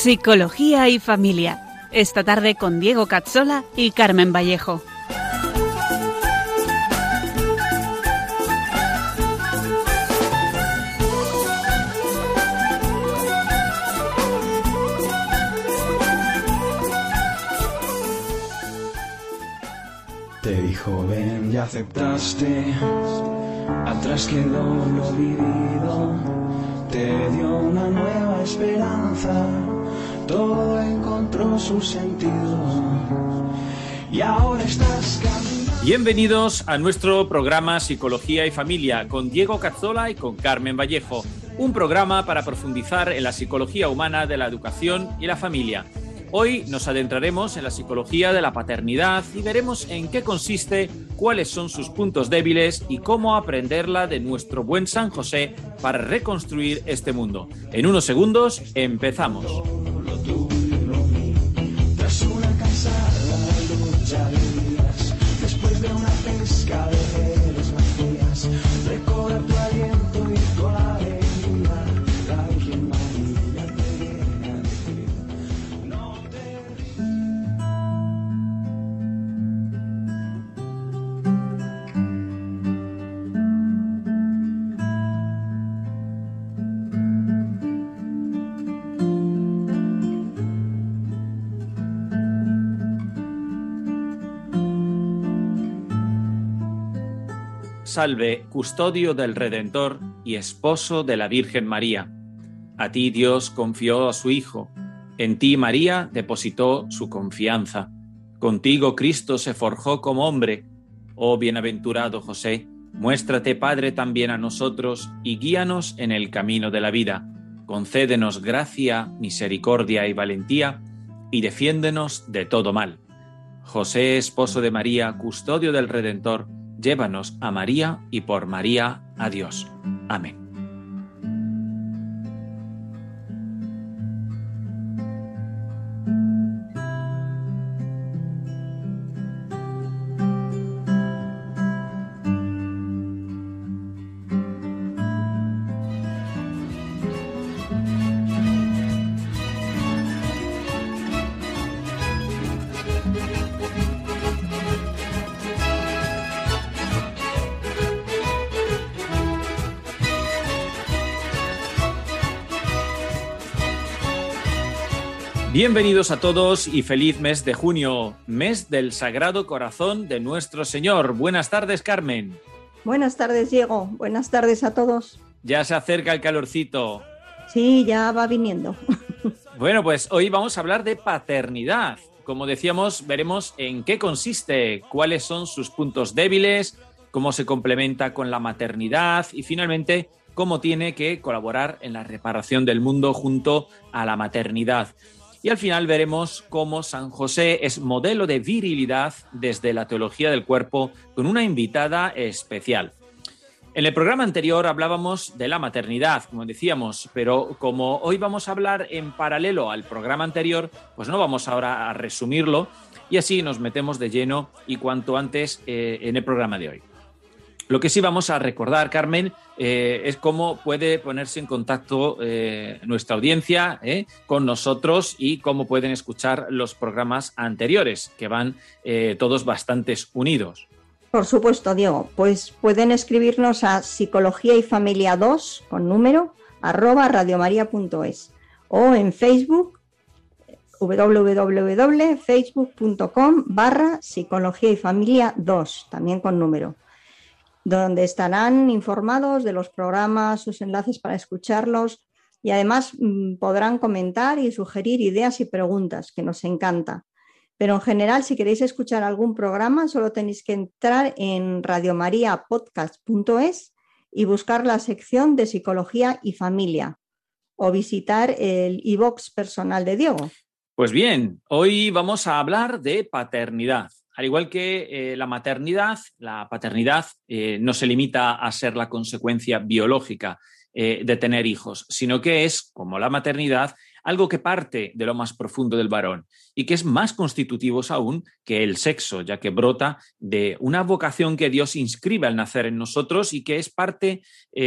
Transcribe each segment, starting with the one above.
Psicología y Familia. Esta tarde con Diego Cazzola y Carmen Vallejo. Te dijo ven y aceptaste, atrás quedó lo vivido, te dio una nueva esperanza, todo encontró su sentido y ahora estás caminando. Bienvenidos a nuestro programa Psicología y Familia con Diego Cazzola y con Carmen Vallejo, un programa para profundizar en la psicología humana de la educación y la familia. Hoy nos adentraremos en la psicología de la paternidad y veremos en qué consiste, cuáles son sus puntos débiles y cómo aprenderla de nuestro buen San José para reconstruir este mundo. En unos segundos, empezamos. Tras una cansada lucha de días, después de una pesca de redes vacías, recobra tu aliento y con alegría, la Virgen María te viene a decir, no te Salve, custodio del Redentor y esposo de la Virgen María. A ti Dios confió a su Hijo. En ti María depositó su confianza. Contigo Cristo se forjó como hombre. Oh bienaventurado José, muéstrate Padre también a nosotros y guíanos en el camino de la vida. Concédenos gracia, misericordia y valentía y defiéndenos de todo mal. José, esposo de María, custodio del Redentor, llévanos a María y por María a Dios. Amén. Bienvenidos a todos y feliz mes de junio, mes del Sagrado Corazón de nuestro Señor. Buenas tardes, Carmen. Buenas tardes, Diego. Buenas tardes a todos. Ya se acerca el calorcito. Sí, ya va viniendo. Bueno, pues hoy vamos a hablar de paternidad. Como decíamos, veremos en qué consiste, cuáles son sus puntos débiles, cómo se complementa con la maternidad y finalmente cómo tiene que colaborar en la reparación del mundo junto a la maternidad. Y al final veremos cómo San José es modelo de virilidad desde la teología del cuerpo con una invitada especial. En el programa anterior hablábamos de la maternidad, como decíamos, pero como hoy vamos a hablar en paralelo al programa anterior, pues no vamos ahora a resumirlo y así nos metemos de lleno y cuanto antes en el programa de hoy. Lo que sí vamos a recordar, Carmen, es cómo puede ponerse en contacto nuestra audiencia con nosotros y cómo pueden escuchar los programas anteriores, que van todos bastante unidos. Por supuesto, Diego. Pues pueden escribirnos a psicología y familia 2 con número @radiomaria.es o en Facebook www.facebook.com/psicología y familia 2 también con número, donde estarán informados de los programas, sus enlaces para escucharlos y además podrán comentar y sugerir ideas y preguntas, que nos encanta. Pero en general, si queréis escuchar algún programa, solo tenéis que entrar en radiomariapodcast.es y buscar la sección de Psicología y Familia o visitar el iVoox personal de Diego. Pues bien, hoy vamos a hablar de paternidad. Al igual que la maternidad, la paternidad no se limita a ser la consecuencia biológica de tener hijos, sino que es, como la maternidad, algo que parte de lo más profundo del varón y que es más constitutivos aún que el sexo, ya que brota de una vocación que Dios inscribe al nacer en nosotros y que es parte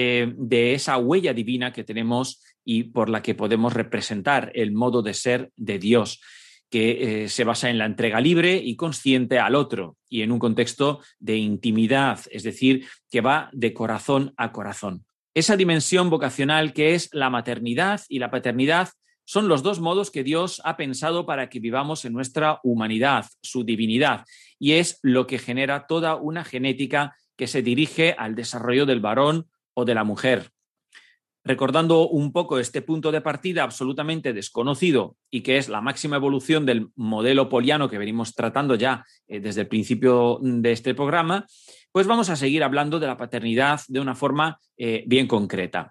de esa huella divina que tenemos y por la que podemos representar el modo de ser de Dios, que se basa en la entrega libre y consciente al otro y en un contexto de intimidad, es decir, que va de corazón a corazón. Esa dimensión vocacional que es la maternidad y la paternidad son los dos modos que Dios ha pensado para que vivamos en nuestra humanidad, su divinidad, y es lo que genera toda una genética que se dirige al desarrollo del varón o de la mujer. Recordando un poco este punto de partida absolutamente desconocido y que es la máxima evolución del modelo poliano que venimos tratando ya desde el principio de este programa, pues vamos a seguir hablando de la paternidad de una forma bien concreta.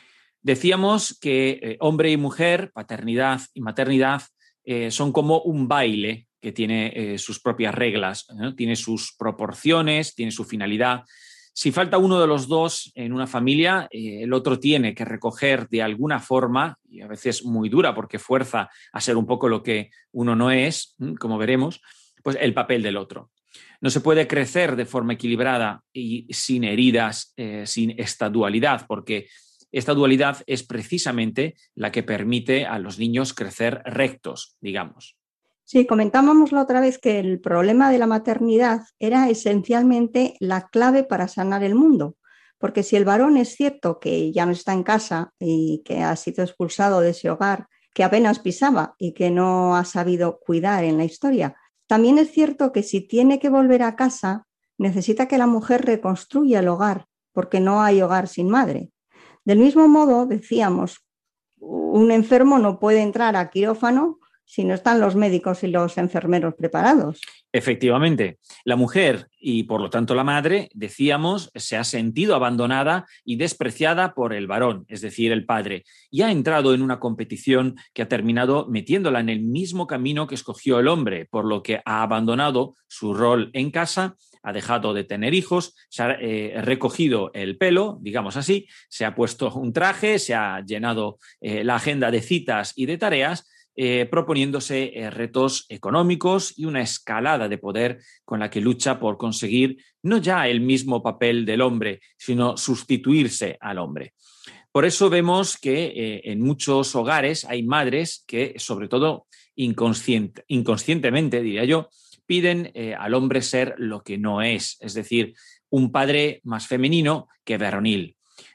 Decíamos que hombre y mujer, paternidad y maternidad, son como un baile que tiene sus propias reglas, ¿no? Tiene sus proporciones, tiene su finalidad. Si falta uno de los dos en una familia, el otro tiene que recoger de alguna forma, y a veces muy dura porque fuerza a ser un poco lo que uno no es, como veremos, pues el papel del otro. No se puede crecer de forma equilibrada y sin heridas, sin esta dualidad, porque esta dualidad es precisamente la que permite a los niños crecer rectos, digamos. Sí, comentábamos la otra vez que el problema de la maternidad era esencialmente la clave para sanar el mundo, porque si el varón es cierto que ya no está en casa y que ha sido expulsado de ese hogar, que apenas pisaba y que no ha sabido cuidar en la historia, también es cierto que si tiene que volver a casa, necesita que la mujer reconstruya el hogar, porque no hay hogar sin madre. Del mismo modo, decíamos, un enfermo no puede entrar a quirófano si no están los médicos y los enfermeros preparados. Efectivamente, la mujer y por lo tanto la madre, decíamos, se ha sentido abandonada y despreciada por el varón, es decir, el padre, y ha entrado en una competición que ha terminado metiéndola en el mismo camino que escogió el hombre, por lo que ha abandonado su rol en casa, ha dejado de tener hijos, se ha recogido el pelo, digamos así, se ha puesto un traje, se ha llenado la agenda de citas y de tareas, proponiéndose retos económicos y una escalada de poder con la que lucha por conseguir no ya el mismo papel del hombre, sino sustituirse al hombre. Por eso vemos que en muchos hogares hay madres que, sobre todo inconscientemente, diría yo, piden al hombre ser lo que no es decir, un padre más femenino que varonil.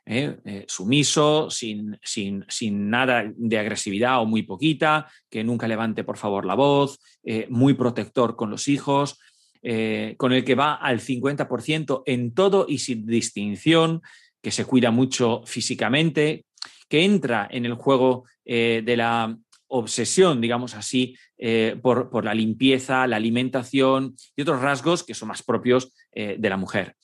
Sumiso, sin nada de agresividad o muy poquita, que nunca levante por favor la voz, muy protector con los hijos, con el que va al 50% en todo y sin distinción, que se cuida mucho físicamente, que entra en el juego de la obsesión, digamos así, por la limpieza, la alimentación y otros rasgos que son más propios de la mujer.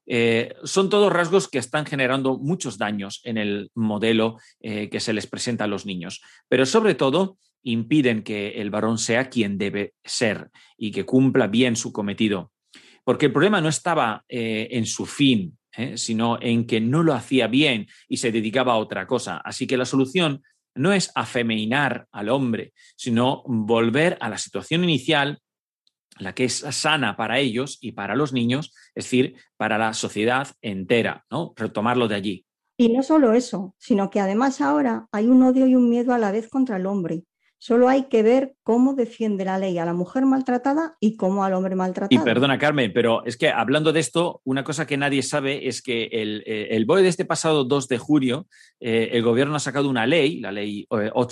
Son todos rasgos que están generando muchos daños en el modelo que se les presenta a los niños, pero sobre todo impiden que el varón sea quien debe ser y que cumpla bien su cometido. Porque el problema no estaba en su fin, sino en que no lo hacía bien y se dedicaba a otra cosa. Así que la solución no es afeminar al hombre, sino volver a la situación inicial, la que es sana para ellos y para los niños, es decir, para la sociedad entera, ¿no? Retomarlo de allí. Y no solo eso, sino que además ahora hay un odio y un miedo a la vez contra el hombre. Solo hay que ver cómo defiende la ley a la mujer maltratada y cómo al hombre maltratado. Y perdona, Carmen, pero es que hablando de esto, una cosa que nadie sabe es que el BOE de este pasado 2 de julio, el gobierno ha sacado una ley, la ley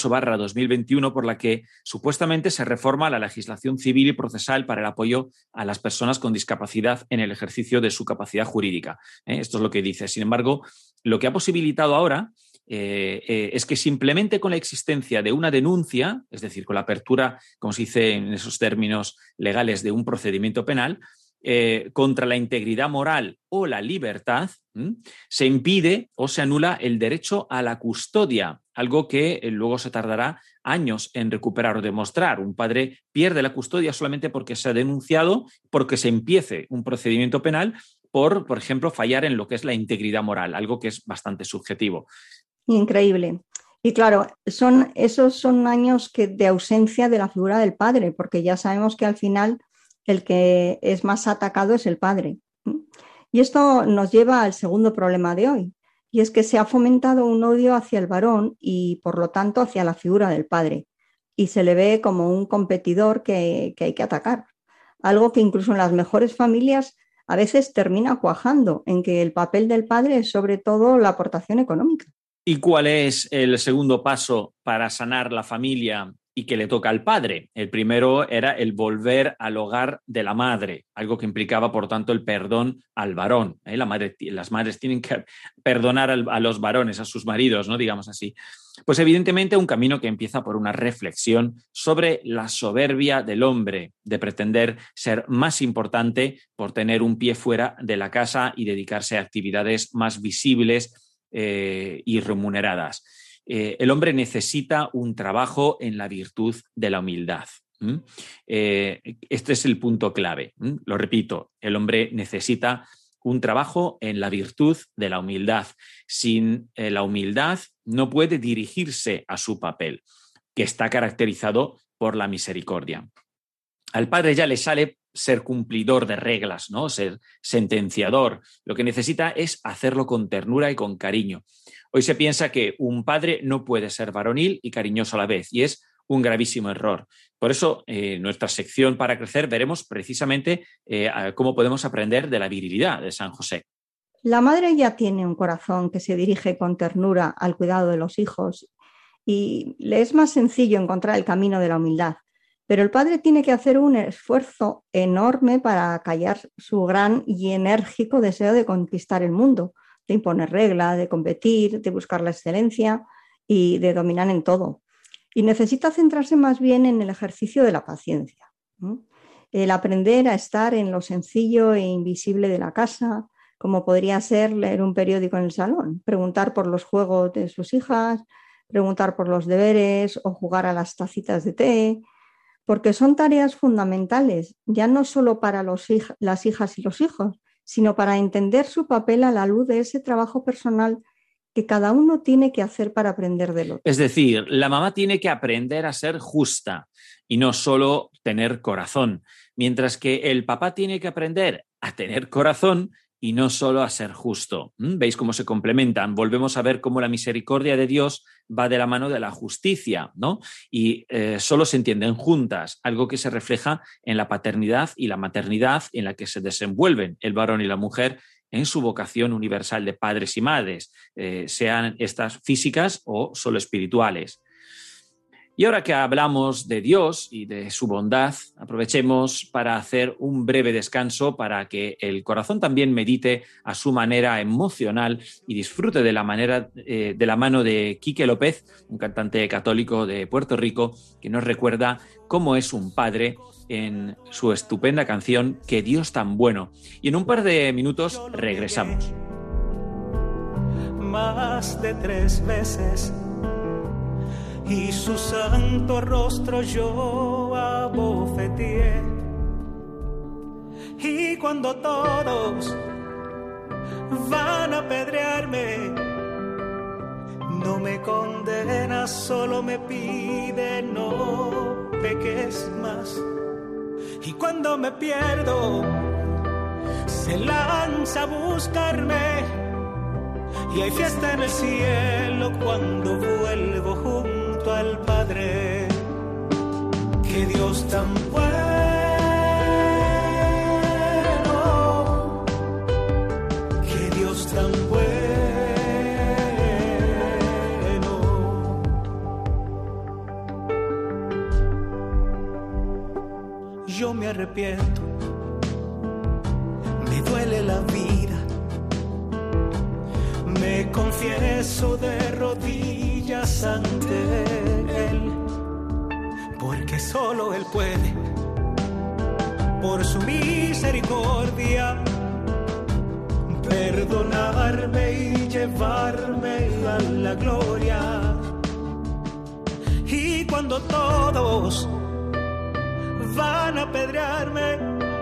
8/2021, por la que supuestamente se reforma la legislación civil y procesal para el apoyo a las personas con discapacidad en el ejercicio de su capacidad jurídica. Esto es lo que dice. Sin embargo, lo que ha posibilitado ahora es que simplemente con la existencia de una denuncia, es decir, con la apertura, como se dice en esos términos legales, de un procedimiento penal, contra la integridad moral o la libertad, se impide o se anula el derecho a la custodia, algo que luego se tardará años en recuperar o demostrar. Un padre pierde la custodia solamente porque se ha denunciado, porque se empiece un procedimiento penal por ejemplo, fallar en lo que es la integridad moral, algo que es bastante subjetivo. Increíble. Y claro, esos son años de ausencia de la figura del padre, porque ya sabemos que al final el que es más atacado es el padre. Y esto nos lleva al segundo problema de hoy, y es que se ha fomentado un odio hacia el varón y por lo tanto hacia la figura del padre, y se le ve como un competidor que hay que atacar. Algo que incluso en las mejores familias a veces termina cuajando, en que el papel del padre es sobre todo la aportación económica. ¿Y cuál es el segundo paso para sanar la familia y que le toca al padre? El primero era el volver al hogar de la madre, algo que implicaba, por tanto, el perdón al varón. Las madres tienen que perdonar a los varones, a sus maridos, ¿no? Digamos así. Pues evidentemente un camino que empieza por una reflexión sobre la soberbia del hombre, de pretender ser más importante por tener un pie fuera de la casa y dedicarse a actividades más visibles y remuneradas. El hombre necesita un trabajo en la virtud de la humildad. Este es el punto clave. Lo repito, el hombre necesita un trabajo en la virtud de la humildad. Sin la humildad no puede dirigirse a su papel, que está caracterizado por la misericordia. Al padre ya le sale ser cumplidor de reglas, ¿no? Ser sentenciador. Lo que necesita es hacerlo con ternura y con cariño. Hoy se piensa que un padre no puede ser varonil y cariñoso a la vez, y es un gravísimo error. Por eso, en nuestra sección Para Crecer veremos precisamente cómo podemos aprender de la virilidad de San José. La madre ya tiene un corazón que se dirige con ternura al cuidado de los hijos y le es más sencillo encontrar el camino de la humildad. Pero el padre tiene que hacer un esfuerzo enorme para callar su gran y enérgico deseo de conquistar el mundo, de imponer reglas, de competir, de buscar la excelencia y de dominar en todo. Y necesita centrarse más bien en el ejercicio de la paciencia, ¿no? El aprender a estar en lo sencillo e invisible de la casa, como podría ser leer un periódico en el salón, preguntar por los juegos de sus hijas, preguntar por los deberes o jugar a las tacitas de té, porque son tareas fundamentales, ya no solo para las hijas y los hijos, sino para entender su papel a la luz de ese trabajo personal que cada uno tiene que hacer para aprender del otro. Es decir, la mamá tiene que aprender a ser justa y no solo tener corazón, mientras que el papá tiene que aprender a tener corazón y no solo a ser justo. ¿Veis cómo se complementan? Volvemos a ver cómo la misericordia de Dios va de la mano de la justicia, ¿no? Y solo se entienden juntas, algo que se refleja en la paternidad y la maternidad en la que se desenvuelven el varón y la mujer en su vocación universal de padres y madres, sean estas físicas o solo espirituales. Y ahora que hablamos de Dios y de su bondad, aprovechemos para hacer un breve descanso para que el corazón también medite a su manera emocional y disfrute de la mano de Quique López, un cantante católico de Puerto Rico, que nos recuerda cómo es un padre en su estupenda canción Qué Dios tan bueno. Y en un par de minutos regresamos. Más de 3 veces y su santo rostro yo abofeteé. Y cuando todos van a apedrearme, no me condena, solo me pide no peques más. Y cuando me pierdo, se lanza a buscarme, y hay fiesta en el cielo cuando vuelvo junto al Padre. Que Dios tan bueno, que Dios tan bueno. Yo me arrepiento, me duele la vida, me confieso de rodillas ante Él, porque solo Él puede, por su misericordia, perdonarme y llevarme a la gloria. Y cuando todos van a apedrearme,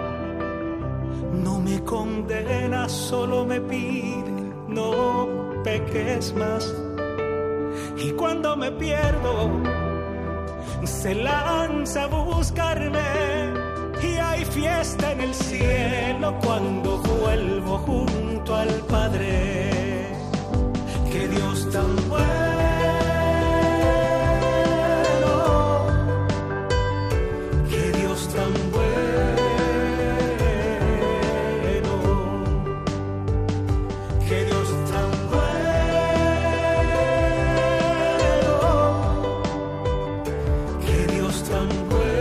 no me condena, solo me pide no peques más. y cuando me pierdo se lanza a buscarme y hay fiesta en el cielo cuando vuelvo junto al Padre. Que Dios tan bueno, que Dios tan bueno, que Dios tan bueno, que Dios tan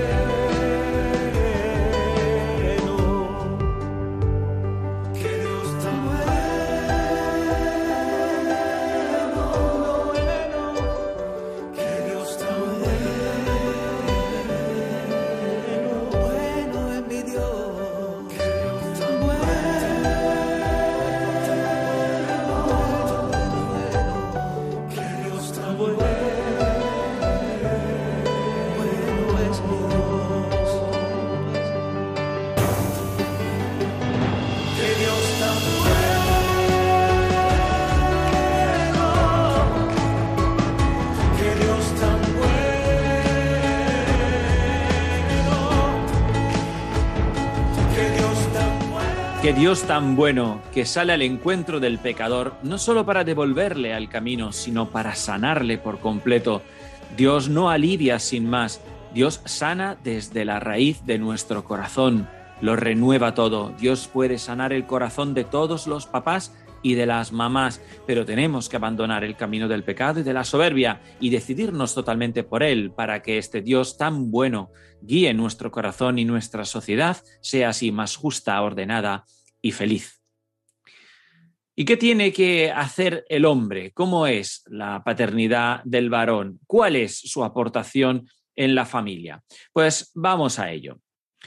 bueno, que Dios tan bueno, que Dios tan bueno, bueno es mi Dios, que Dios tan bueno, que Dios tan bueno, bueno es mi Dios, que Dios tan bueno, que Dios tan bueno, que Dios tan bueno. Que Dios tan bueno, que sale al encuentro del pecador, no solo para devolverle al camino, sino para sanarle por completo. Dios no alivia sin más, Dios sana desde la raíz de nuestro corazón, lo renueva todo. Dios puede sanar el corazón de todos los papás y de las mamás, pero tenemos que abandonar el camino del pecado y de la soberbia y decidirnos totalmente por Él para que este Dios tan bueno guíe nuestro corazón y nuestra sociedad sea así más justa, ordenada y feliz. ¿Y qué tiene que hacer el hombre? ¿Cómo es la paternidad del varón? ¿Cuál es su aportación en la familia? Pues vamos a ello.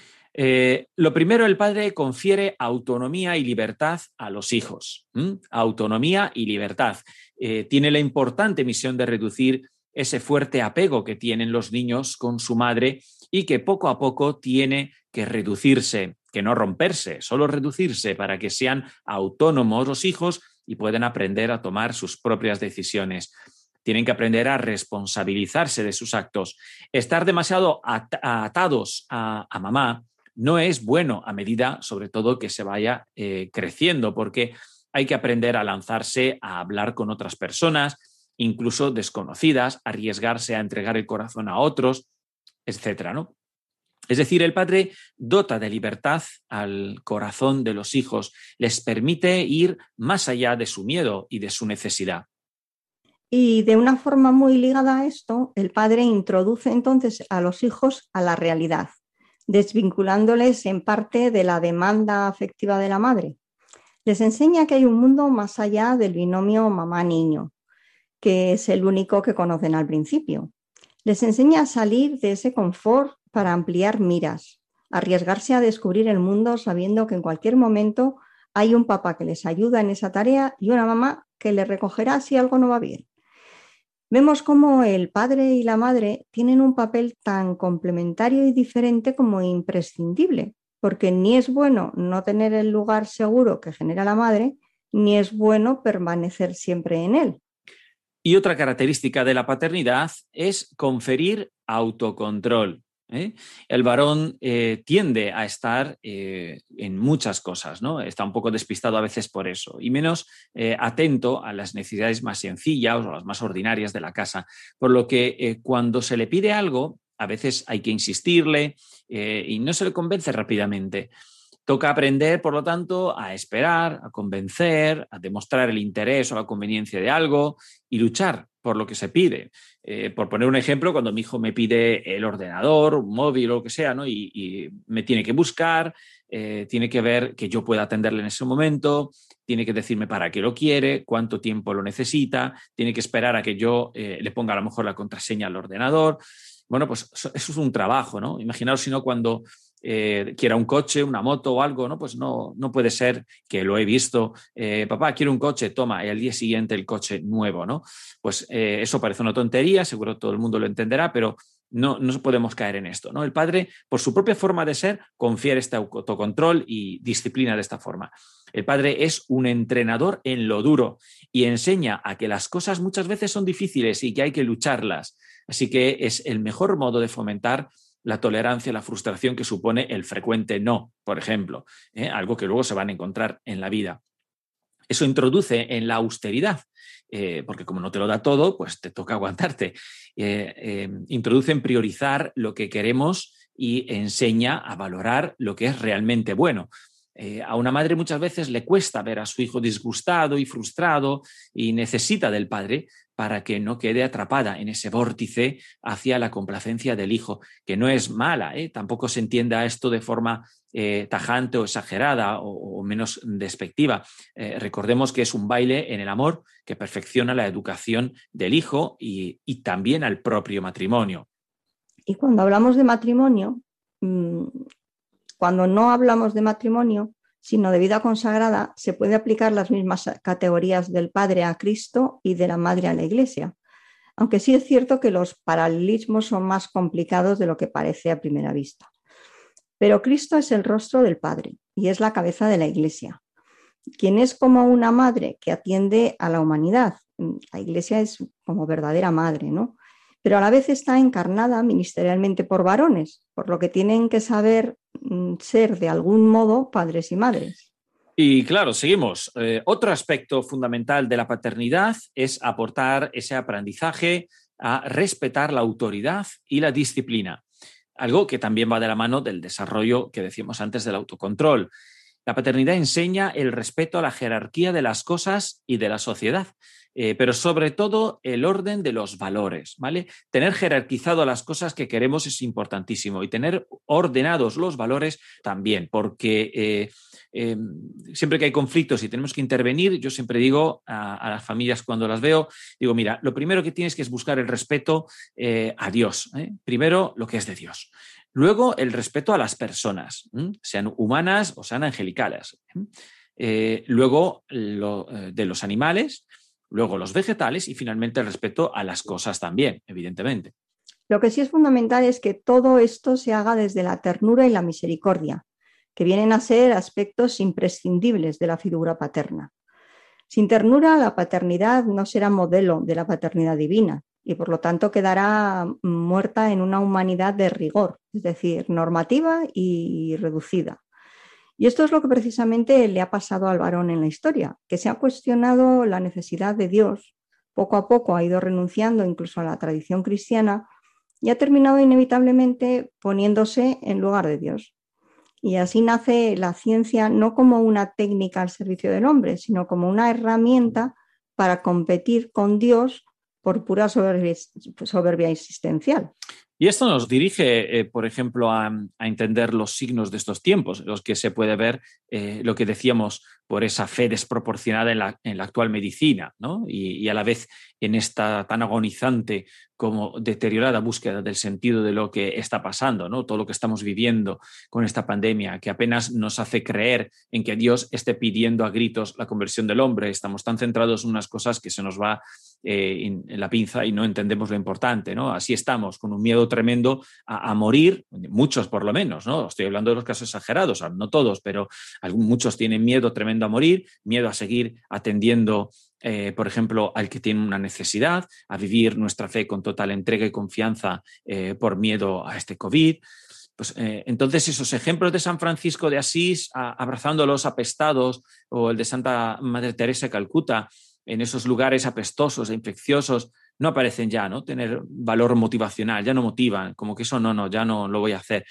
Lo primero, el padre confiere autonomía y libertad a los hijos. Autonomía y libertad. Tiene la importante misión de reducir ese fuerte apego que tienen los niños con su madre y que poco a poco tiene que reducirse, que no romperse, solo reducirse para que sean autónomos los hijos y puedan aprender a tomar sus propias decisiones. Tienen que aprender a responsabilizarse de sus actos. Estar demasiado atados a mamá no es bueno a medida, sobre todo, que se vaya creciendo, porque hay que aprender a lanzarse a hablar con otras personas, incluso desconocidas, arriesgarse a entregar el corazón a otros, etcétera, ¿no? Es decir, el padre dota de libertad al corazón de los hijos, les permite ir más allá de su miedo y de su necesidad. Y de una forma muy ligada a esto, el padre introduce entonces a los hijos a la realidad, desvinculándoles en parte de la demanda afectiva de la madre. Les enseña que hay un mundo más allá del binomio mamá-niño, que es el único que conocen al principio. Les enseña a salir de ese confort para ampliar miras, arriesgarse a descubrir el mundo sabiendo que en cualquier momento hay un papá que les ayuda en esa tarea y una mamá que les recogerá si algo no va bien. Vemos cómo el padre y la madre tienen un papel tan complementario y diferente como imprescindible, porque ni es bueno no tener el lugar seguro que genera la madre, ni es bueno permanecer siempre en él. Y otra característica de la paternidad es conferir autocontrol. El varón tiende a estar en muchas cosas, ¿no? Está un poco despistado a veces por eso y menos atento a las necesidades más sencillas o las más ordinarias de la casa. Por lo que cuando se le pide algo, a veces hay que insistirle y no se le convence rápidamente. Toca aprender, por lo tanto, a esperar, a convencer, a demostrar el interés o la conveniencia de algo y luchar por lo que se pide. Por poner un ejemplo, cuando mi hijo me pide el ordenador, un móvil o lo que sea, ¿no? y me tiene que buscar, tiene que ver que yo pueda atenderle en ese momento, tiene que decirme para qué lo quiere, cuánto tiempo lo necesita, tiene que esperar a que yo le ponga a lo mejor la contraseña al ordenador. Bueno, pues eso es un trabajo, ¿no? Imaginaos si no cuando quiera un coche, una moto o algo, ¿no? Pues no puede ser que lo he visto, papá, quiero un coche, toma, y al día siguiente el coche nuevo, ¿no? Pues eso parece una tontería, seguro todo el mundo lo entenderá, pero No podemos caer en esto, ¿no? El padre, por su propia forma de ser, confiere este autocontrol y disciplina de esta forma. El padre es un entrenador en lo duro y enseña a que las cosas muchas veces son difíciles y que hay que lucharlas. Así que es el mejor modo de fomentar la tolerancia, la frustración que supone el frecuente no, por ejemplo, algo que luego se van a encontrar en la vida. Eso introduce en la austeridad, porque como no te lo da todo, pues te toca aguantarte. Introduce en priorizar lo que queremos y enseña a valorar lo que es realmente bueno. A una madre muchas veces le cuesta ver a su hijo disgustado y frustrado y necesita del padre para que no quede atrapada en ese vórtice hacia la complacencia del hijo, que no es mala, tampoco se entienda esto de forma tajante o exagerada o menos despectiva. Recordemos que es un baile en el amor que perfecciona la educación del hijo y también al propio matrimonio. Y cuando hablamos de matrimonio, cuando no hablamos de matrimonio, sino de vida consagrada, se puede aplicar las mismas categorías del padre a Cristo y de la madre a la Iglesia. Aunque sí es cierto que los paralelismos son más complicados de lo que parece a primera vista. Pero Cristo es el rostro del Padre y es la cabeza de la Iglesia, quien es como una madre que atiende a la humanidad. La Iglesia es como verdadera madre, ¿no? Pero a la vez está encarnada ministerialmente por varones, por lo que tienen que saber ser de algún modo padres y madres. Y claro, seguimos. Otro aspecto fundamental de la paternidad es aportar ese aprendizaje a respetar la autoridad y la disciplina, algo que también va de la mano del desarrollo que decíamos antes del autocontrol. La paternidad enseña el respeto a la jerarquía de las cosas y de la sociedad, pero sobre todo el orden de los valores, ¿vale? Tener jerarquizado las cosas que queremos es importantísimo y tener ordenados los valores también, porque siempre que hay conflictos y tenemos que intervenir, yo siempre digo a las familias cuando las veo, digo, mira, lo primero que tienes que es buscar el respeto a Dios, primero lo que es de Dios. Luego, el respeto a las personas, sean humanas o sean angelicales. Luego, de los animales, luego los vegetales y finalmente el respeto a las cosas también, evidentemente. Lo que sí es fundamental es que todo esto se haga desde la ternura y la misericordia, que vienen a ser aspectos imprescindibles de la figura paterna. Sin ternura, la paternidad no será modelo de la paternidad divina y por lo tanto quedará muerta en una humanidad de rigor, es decir, normativa y reducida. Y esto es lo que precisamente le ha pasado al varón en la historia, que se ha cuestionado la necesidad de Dios, poco a poco ha ido renunciando incluso a la tradición cristiana y ha terminado inevitablemente poniéndose en lugar de Dios. Y así nace la ciencia no como una técnica al servicio del hombre, sino como una herramienta para competir con Dios por pura soberbia existencial. Y esto nos dirige, por ejemplo, a entender los signos de estos tiempos, los que se puede ver, lo que decíamos, por esa fe desproporcionada en la actual medicina, ¿no? Y a la vez en esta tan agonizante como deteriorada búsqueda del sentido de lo que está pasando, ¿no? Todo lo que estamos viviendo con esta pandemia, que apenas nos hace creer en que Dios esté pidiendo a gritos la conversión del hombre. Estamos tan centrados en unas cosas que se nos va en la pinza y no entendemos lo importante, ¿no? Así estamos, con un miedo tremendo a morir, muchos por lo menos, ¿no? Estoy hablando de los casos exagerados, no todos, pero muchos tienen miedo tremendo a morir, miedo a seguir atendiendo, por ejemplo, al que tiene una necesidad, a vivir nuestra fe con total entrega y confianza por miedo a este COVID. Pues, entonces esos ejemplos de San Francisco de Asís abrazando a los apestados o el de Santa Madre Teresa de Calcuta en esos lugares apestosos e infecciosos no aparecen ya, ¿no? Tener valor motivacional, ya no motivan, como que eso ya no lo voy a hacer,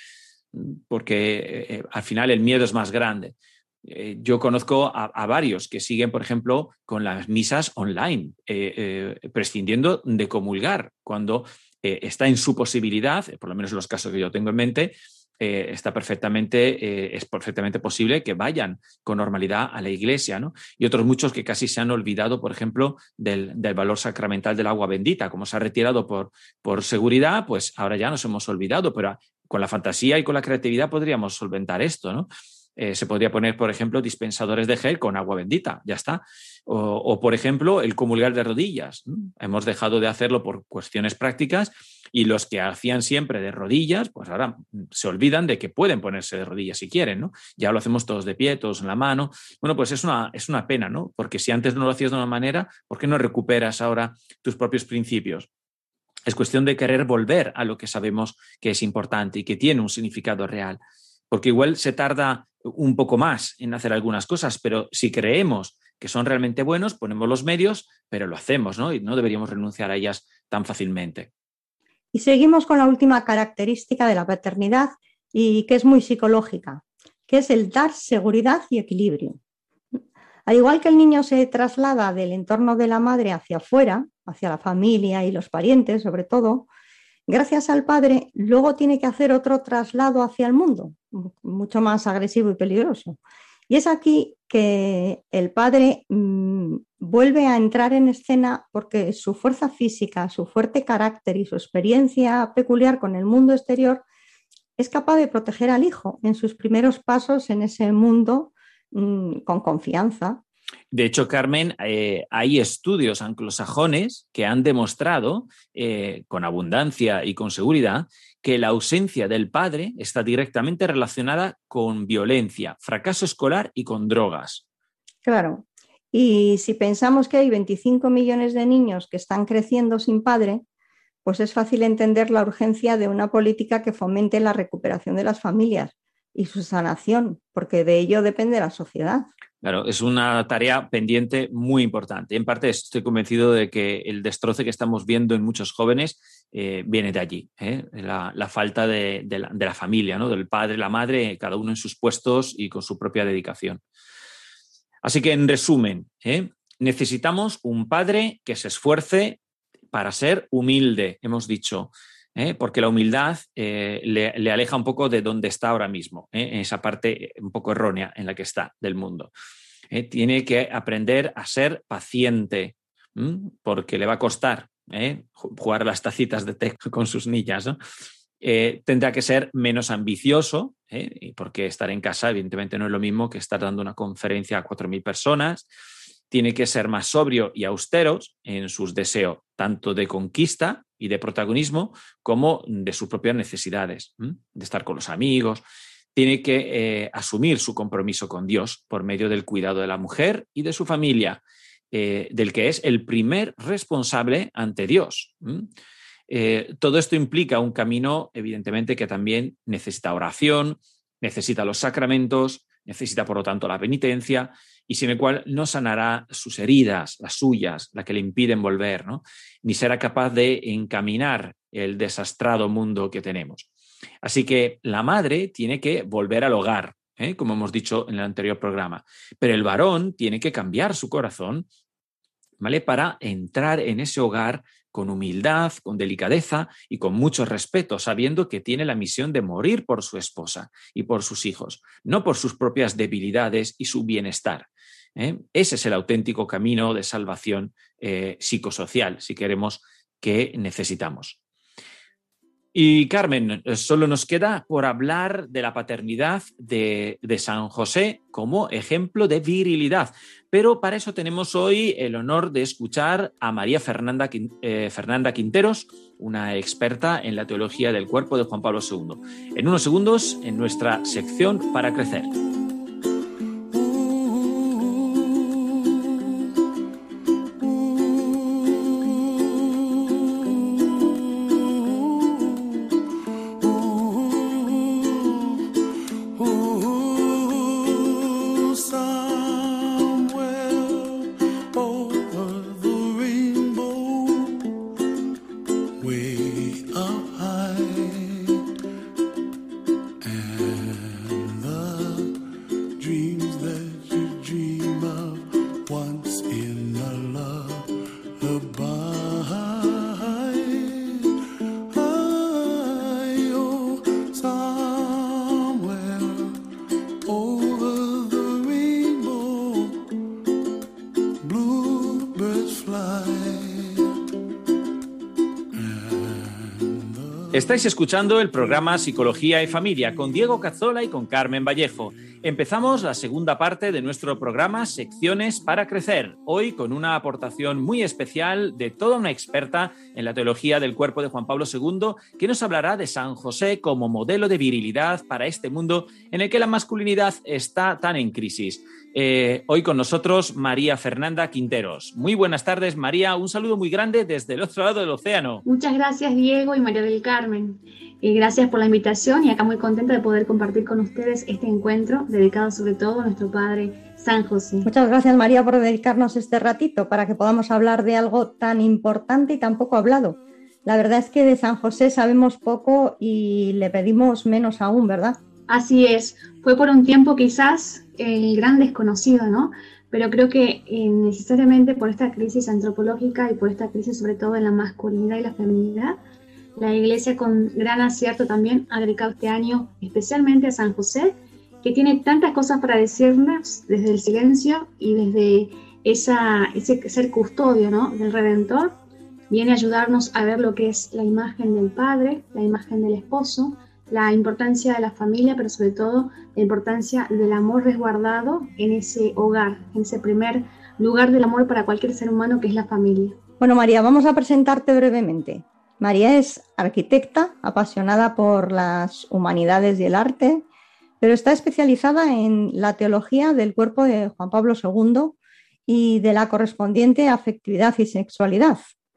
porque al final el miedo es más grande. Yo conozco a varios que siguen, por ejemplo, con las misas online, prescindiendo de comulgar, cuando está en su posibilidad, por lo menos en los casos que yo tengo en mente, es perfectamente posible que vayan con normalidad a la iglesia, ¿no? Y otros muchos que casi se han olvidado, por ejemplo, del valor sacramental del agua bendita. Como se ha retirado por seguridad, pues ahora ya nos hemos olvidado, pero con la fantasía y con la creatividad podríamos solventar esto, ¿no? Se podría poner, por ejemplo, dispensadores de gel con agua bendita, ya está. O, por ejemplo, el comulgar de rodillas. Hemos dejado de hacerlo por cuestiones prácticas y los que hacían siempre de rodillas, pues ahora se olvidan de que pueden ponerse de rodillas si quieren, ¿no? Ya lo hacemos todos de pie, todos en la mano. Bueno, pues es una pena, ¿no? Porque si antes no lo hacías de una manera, ¿por qué no recuperas ahora tus propios principios? Es cuestión de querer volver a lo que sabemos que es importante y que tiene un significado real. Porque igual se tarda un poco más en hacer algunas cosas, pero si creemos que son realmente buenos, ponemos los medios, pero lo hacemos, ¿no? Y no deberíamos renunciar a ellas tan fácilmente. Y seguimos con la última característica de la paternidad y que es muy psicológica, que es el dar seguridad y equilibrio. Al igual que el niño se traslada del entorno de la madre hacia afuera, hacia la familia y los parientes sobre todo, gracias al padre luego tiene que hacer otro traslado hacia el mundo, mucho más agresivo y peligroso. Y es aquí que el padre vuelve a entrar en escena porque su fuerza física, su fuerte carácter y su experiencia peculiar con el mundo exterior es capaz de proteger al hijo en sus primeros pasos en ese mundo con confianza. De hecho, Carmen, hay estudios anglosajones que han demostrado con abundancia y con seguridad que la ausencia del padre está directamente relacionada con violencia, fracaso escolar y con drogas. Claro. Y si pensamos que hay 25 millones de niños que están creciendo sin padre, pues es fácil entender la urgencia de una política que fomente la recuperación de las familias y su sanación, porque de ello depende la sociedad. Claro, es una tarea pendiente muy importante. En parte estoy convencido de que el destroce que estamos viendo en muchos jóvenes viene de allí, la falta de la familia, ¿no? Del padre, la madre, cada uno en sus puestos y con su propia dedicación. Así que, en resumen, necesitamos un padre que se esfuerce para ser humilde, hemos dicho, porque la humildad le aleja un poco de donde está ahora mismo, en esa parte un poco errónea en la que está del mundo. Tiene que aprender a ser paciente, porque le va a costar jugar las tacitas de té con sus niñas, ¿no? Tendrá que ser menos ambicioso, porque estar en casa evidentemente no es lo mismo que estar dando una conferencia a 4.000 personas. Tiene que ser más sobrio y austero en sus deseos, tanto de conquista y de protagonismo como de sus propias necesidades, de estar con los amigos. Tiene que asumir su compromiso con Dios por medio del cuidado de la mujer y de su familia, del que es el primer responsable ante Dios. Todo esto implica un camino, evidentemente, que también necesita oración, necesita los sacramentos, necesita, por lo tanto, la penitencia, y sin el cual no sanará sus heridas, las suyas, la que le impiden volver, ¿no? Ni será capaz de encaminar el desastrado mundo que tenemos. Así que la madre tiene que volver al hogar, como hemos dicho en el anterior programa, pero el varón tiene que cambiar su corazón, ¿vale? Para entrar en ese hogar con humildad, con delicadeza y con mucho respeto, sabiendo que tiene la misión de morir por su esposa y por sus hijos, no por sus propias debilidades y su bienestar. Ese es el auténtico camino de salvación psicosocial, si queremos, que necesitamos. Y Carmen, solo nos queda por hablar de la paternidad de San José como ejemplo de virilidad. Pero para eso tenemos hoy el honor de escuchar a María Fernanda Quinteros, una experta en la teología del cuerpo de Juan Pablo II. En unos segundos, en nuestra sección Para Crecer. Estáis escuchando el programa Psicología y Familia con Diego Cazzola y con Carmen Vallejo. Empezamos la segunda parte de nuestro programa Secciones para Crecer, hoy con una aportación muy especial de toda una experta en la teología del cuerpo de Juan Pablo II, que nos hablará de San José como modelo de virilidad para este mundo en el que la masculinidad está tan en crisis. Hoy con nosotros María Fernanda Quinteros. Muy buenas tardes, María, un saludo muy grande desde el otro lado del océano. Muchas gracias, Diego y María del Carmen. Gracias por la invitación y acá muy contenta de poder compartir con ustedes este encuentro dedicado sobre todo a nuestro Padre San José. Muchas gracias, María, por dedicarnos este ratito para que podamos hablar de algo tan importante y tan poco hablado. La verdad es que de San José sabemos poco y le pedimos menos aún, ¿verdad? Así es, fue por un tiempo quizás el gran desconocido, ¿no? Pero creo que necesariamente por esta crisis antropológica y por esta crisis sobre todo en la masculinidad y la feminidad, la Iglesia con gran acierto también ha dedicado este año especialmente a San José, que tiene tantas cosas para decirnos desde el silencio y desde ese ser custodio, ¿no?, del Redentor. Viene a ayudarnos a ver lo que es la imagen del padre, la imagen del esposo, la importancia de la familia, pero sobre todo la importancia del amor resguardado en ese hogar, en ese primer lugar del amor para cualquier ser humano que es la familia. Bueno, María, vamos a presentarte brevemente. María es arquitecta, apasionada por las humanidades y el arte, pero está especializada en la teología del cuerpo de Juan Pablo II y de la correspondiente afectividad y sexualidad.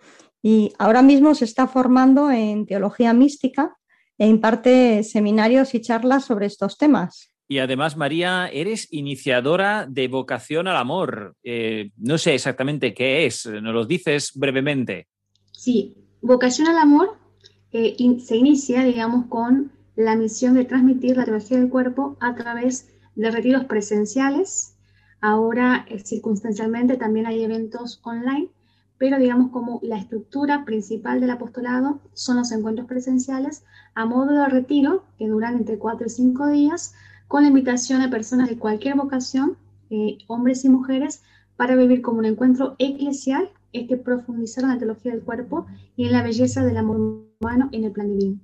Y ahora mismo se está formando en teología mística e imparte seminarios y charlas sobre estos temas. Y además, María, eres iniciadora de vocación al amor. No sé exactamente qué es, ¿nos lo dices brevemente? Sí, vocación al amor se inicia, digamos, con la misión de transmitir la teología del cuerpo a través de retiros presenciales. Ahora, circunstancialmente, también hay eventos online, pero digamos como la estructura principal del apostolado son los encuentros presenciales a modo de retiro que duran entre 4 y 5 días, con la invitación a personas de cualquier vocación, hombres y mujeres, para vivir como un encuentro eclesial, profundizar en la teología del cuerpo y en la belleza del amor humano en el plan divino.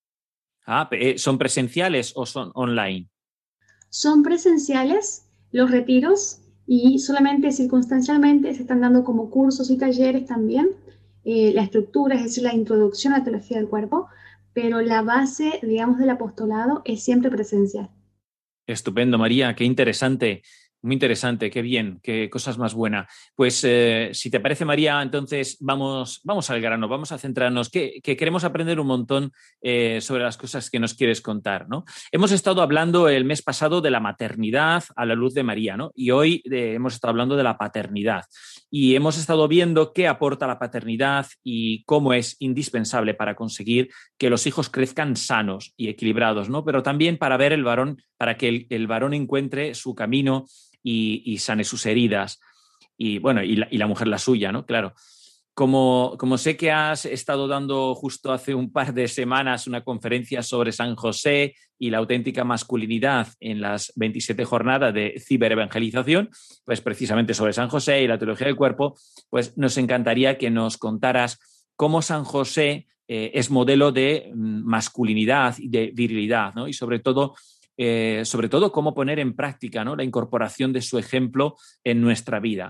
¿Son presenciales o son online? Son presenciales los retiros y solamente circunstancialmente se están dando como cursos y talleres también, la estructura, es decir, la introducción a la teología del cuerpo, pero la base, digamos, del apostolado es siempre presencial. Estupendo, María, qué interesante. Muy interesante, qué bien, qué cosas más buenas. Pues si te parece, María, entonces vamos al grano, vamos a centrarnos, que queremos aprender un montón sobre las cosas que nos quieres contar, ¿no? Hemos estado hablando el mes pasado de la maternidad a la luz de María, ¿no? Y hoy hemos estado hablando de la paternidad. Y hemos estado viendo qué aporta la paternidad y cómo es indispensable para conseguir que los hijos crezcan sanos y equilibrados, ¿no? Pero también para ver el varón, para que el varón encuentre su camino y sane sus heridas, y bueno, y la mujer la suya, ¿no? Claro. Como sé que has estado dando justo hace un par de semanas una conferencia sobre San José y la auténtica masculinidad en las 27 jornadas de ciberevangelización, pues precisamente sobre San José y la teología del cuerpo, pues nos encantaría que nos contaras cómo San José es modelo de masculinidad y de virilidad, ¿no? Y sobre todo cómo poner en práctica, ¿no?, la incorporación de su ejemplo en nuestra vida.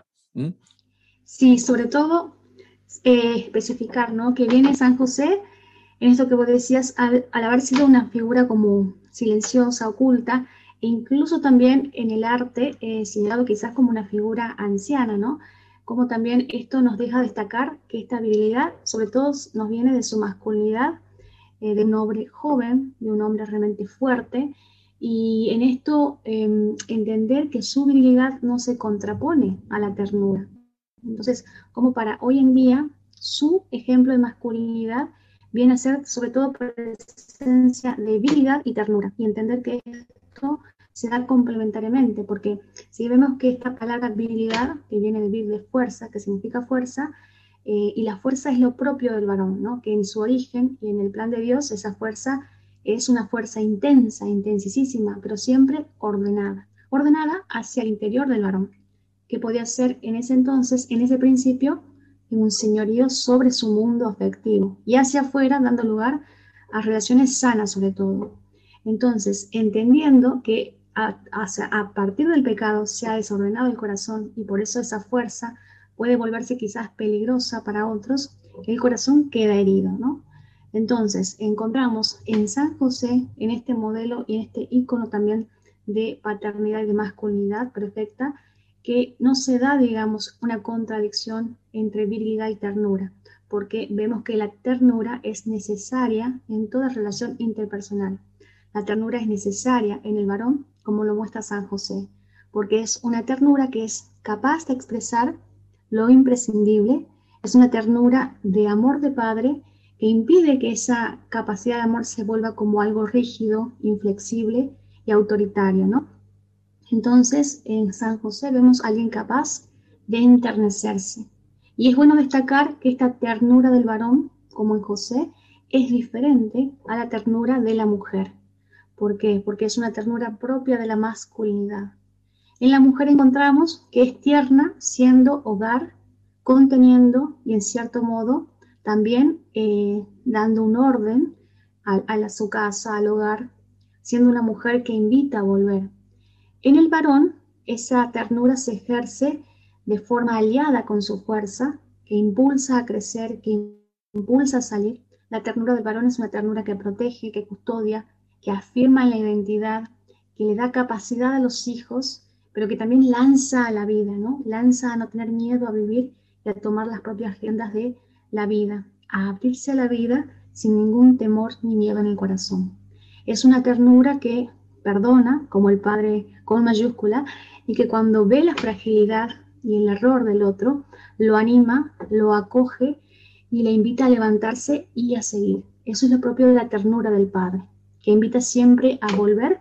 Sí, sobre todo especificar, ¿no?, que viene San José en esto que vos decías, al haber sido una figura como silenciosa, oculta, e incluso también en el arte señalado quizás como una figura anciana, ¿no? Como también esto nos deja destacar que esta virilidad sobre todo nos viene de su masculinidad, de un hombre joven, de un hombre realmente fuerte. Y en esto entender que su virilidad no se contrapone a la ternura. Entonces, como para hoy en día, su ejemplo de masculinidad viene a ser sobre todo presencia de virilidad y ternura. Y entender que esto se da complementariamente, porque si vemos que esta palabra virilidad, que viene de vir de fuerza, que significa fuerza, y la fuerza es lo propio del varón, ¿no? Que en su origen y en el plan de Dios esa fuerza es una fuerza intensa, intensísima, pero siempre ordenada hacia el interior del varón, que podía ser en ese entonces, en ese principio, un señorío sobre su mundo afectivo, y hacia afuera dando lugar a relaciones sanas sobre todo. Entonces, entendiendo que a partir del pecado se ha desordenado el corazón y por eso esa fuerza puede volverse quizás peligrosa para otros, el corazón queda herido, ¿no? Entonces, encontramos en San José, en este modelo y en este ícono también de paternidad y de masculinidad perfecta, que no se da, digamos, una contradicción entre virilidad y ternura, porque vemos que la ternura es necesaria en toda relación interpersonal. La ternura es necesaria en el varón, como lo muestra San José, porque es una ternura que es capaz de expresar lo imprescindible, es una ternura de amor de padre que impide que esa capacidad de amor se vuelva como algo rígido, inflexible y autoritario, ¿no? Entonces, en San José vemos a alguien capaz de enternecerse. Y es bueno destacar que esta ternura del varón, como en José, es diferente a la ternura de la mujer. ¿Por qué? Porque es una ternura propia de la masculinidad. En la mujer encontramos que es tierna siendo hogar, conteniendo y en cierto modo también dando un orden a su casa, al hogar, siendo una mujer que invita a volver. En el varón, esa ternura se ejerce de forma aliada con su fuerza, que impulsa a crecer, que impulsa a salir. La ternura del varón es una ternura que protege, que custodia, que afirma la identidad, que le da capacidad a los hijos, pero que también lanza a la vida, ¿no? Lanza a no tener miedo a vivir y a tomar las propias riendas de la vida, a abrirse a la vida sin ningún temor ni miedo en el corazón. Es una ternura que perdona, como el Padre con mayúscula, y que cuando ve la fragilidad y el error del otro, lo anima, lo acoge y le invita a levantarse y a seguir. Eso es lo propio de la ternura del Padre, que invita siempre a volver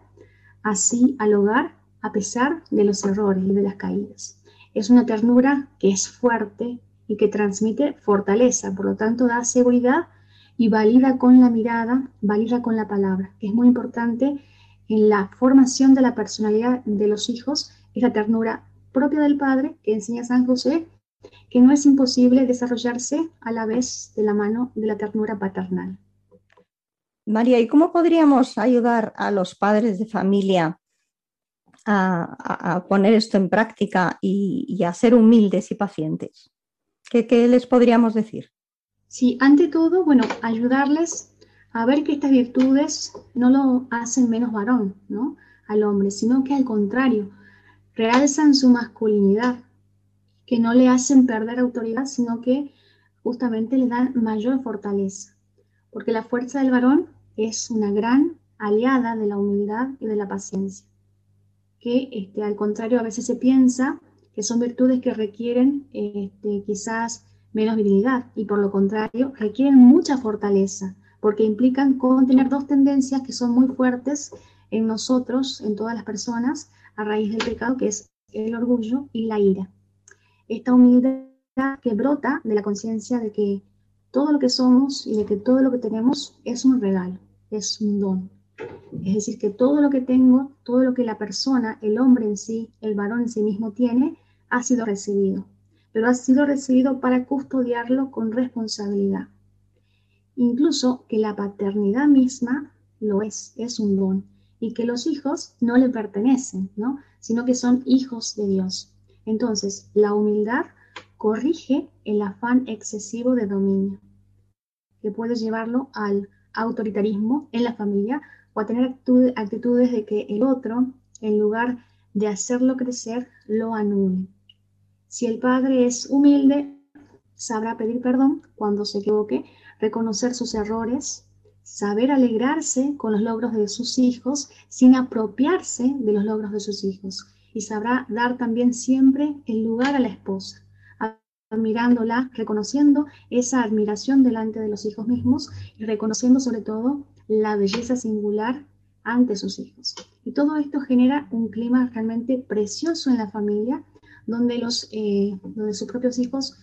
así al hogar a pesar de los errores y de las caídas. Es una ternura que es fuerte y que transmite fortaleza, por lo tanto da seguridad y valida con la mirada, valida con la palabra, que es muy importante en la formación de la personalidad de los hijos, es la ternura propia del padre que enseña San José, que no es imposible desarrollarse a la vez de la mano de la ternura paternal. María, ¿y cómo podríamos ayudar a los padres de familia a poner esto en práctica y a ser humildes y pacientes? ¿Qué les podríamos decir? Sí, ante todo, bueno, ayudarles a ver que estas virtudes no lo hacen menos varón, ¿no? Al hombre, sino que al contrario, realzan su masculinidad, que no le hacen perder autoridad, sino que justamente le dan mayor fortaleza. Porque la fuerza del varón es una gran aliada de la humildad y de la paciencia. Que al contrario, a veces se piensa que son virtudes que requieren quizás menos virilidad y por lo contrario requieren mucha fortaleza porque implican contener dos tendencias que son muy fuertes en nosotros, en todas las personas, a raíz del pecado, que es el orgullo y la ira. Esta humildad que brota de la conciencia de que todo lo que somos y de que todo lo que tenemos es un regalo, es un don. Es decir, que todo lo que tengo, todo lo que la persona, el hombre en sí, el varón en sí mismo tiene, ha sido recibido. Pero ha sido recibido para custodiarlo con responsabilidad. Incluso que la paternidad misma lo es un don. Y que los hijos no le pertenecen, ¿no? Sino que son hijos de Dios. Entonces, la humildad corrige el afán excesivo de dominio, que puede llevarlo al autoritarismo en la familia, o a tener actitudes de que el otro, en lugar de hacerlo crecer, lo anule. Si el padre es humilde, sabrá pedir perdón cuando se equivoque, reconocer sus errores, saber alegrarse con los logros de sus hijos sin apropiarse de los logros de sus hijos. Y sabrá dar también siempre el lugar a la esposa, admirándola, reconociendo esa admiración delante de los hijos mismos y reconociendo sobre todo la belleza singular ante sus hijos. Y todo esto genera un clima realmente precioso en la familia, donde sus propios hijos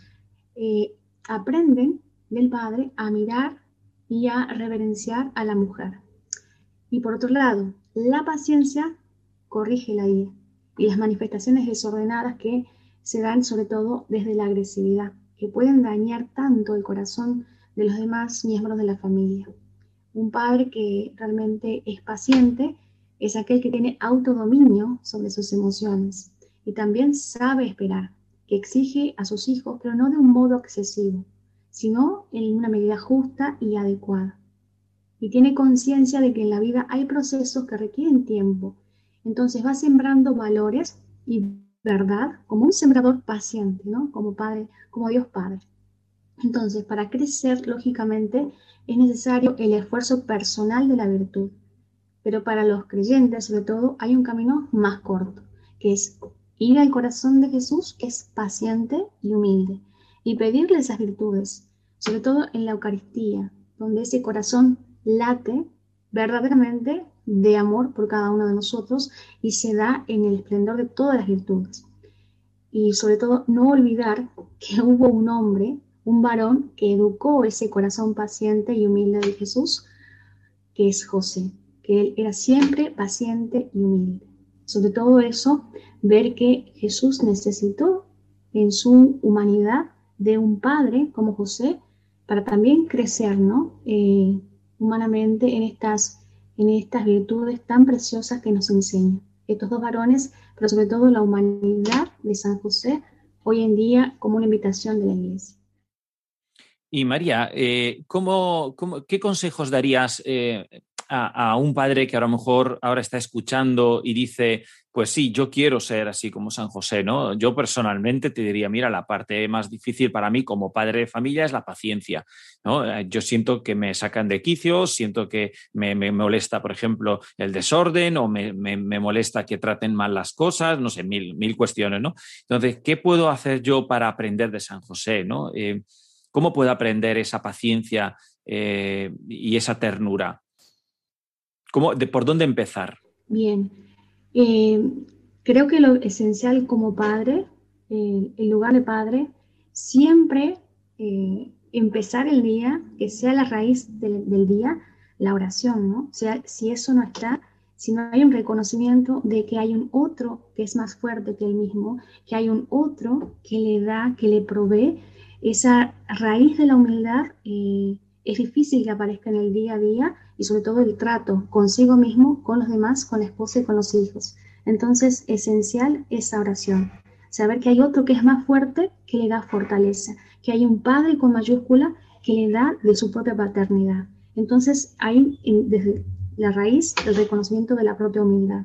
aprenden del padre a mirar y a reverenciar a la mujer. Y por otro lado, la paciencia corrige la ira y las manifestaciones desordenadas que se dan sobre todo desde la agresividad, que pueden dañar tanto el corazón de los demás miembros de la familia. Un padre que realmente es paciente es aquel que tiene autodominio sobre sus emociones y también sabe esperar, que exige a sus hijos, pero no de un modo excesivo, sino en una medida justa y adecuada. Y tiene conciencia de que en la vida hay procesos que requieren tiempo. Entonces va sembrando valores y verdad como un sembrador paciente, ¿no? Como padre, como Dios Padre. Entonces, para crecer, lógicamente, es necesario el esfuerzo personal de la virtud. Pero para los creyentes, sobre todo, hay un camino más corto, que es ir al corazón de Jesús, que es paciente y humilde, y pedirle esas virtudes, sobre todo en la Eucaristía, donde ese corazón late verdaderamente de amor por cada uno de nosotros y se da en el esplendor de todas las virtudes. Y sobre todo no olvidar que hubo un hombre, un varón, que educó ese corazón paciente y humilde de Jesús, que es José, que él era siempre paciente y humilde. Sobre todo eso, ver que Jesús necesitó en su humanidad de un padre como José para también crecer, ¿no? Humanamente en estas virtudes tan preciosas que nos enseñan. Estos dos varones, pero sobre todo la humanidad de San José, hoy en día como una invitación de la Iglesia. Y María, ¿qué consejos darías a un padre que a lo mejor ahora está escuchando y dice, pues sí, yo quiero ser así como San José, ¿no? Yo personalmente te diría, mira, la parte más difícil para mí como padre de familia es la paciencia, ¿no? Yo siento que me sacan de quicio, siento que me molesta, por ejemplo, el desorden o me molesta que traten mal las cosas, no sé, mil cuestiones, ¿no? Entonces, ¿qué puedo hacer yo para aprender de San José, ¿no? ¿Cómo puedo aprender esa paciencia y esa ternura? ¿Por dónde empezar? Bien, creo que lo esencial como padre, el lugar de padre, siempre empezar el día, que sea la raíz del día, la oración, ¿no? O sea, si eso no está, si no hay un reconocimiento de que hay un otro que es más fuerte que él mismo, que hay un otro que le da, que le provee, esa raíz de la humildad es difícil que aparezca en el día a día y sobre todo el trato consigo mismo, con los demás, con la esposa y con los hijos. Entonces, esencial esa oración. Saber que hay otro que es más fuerte, que le da fortaleza, que hay un padre con mayúscula que le da de su propia paternidad. Entonces, hay desde la raíz el reconocimiento de la propia humildad.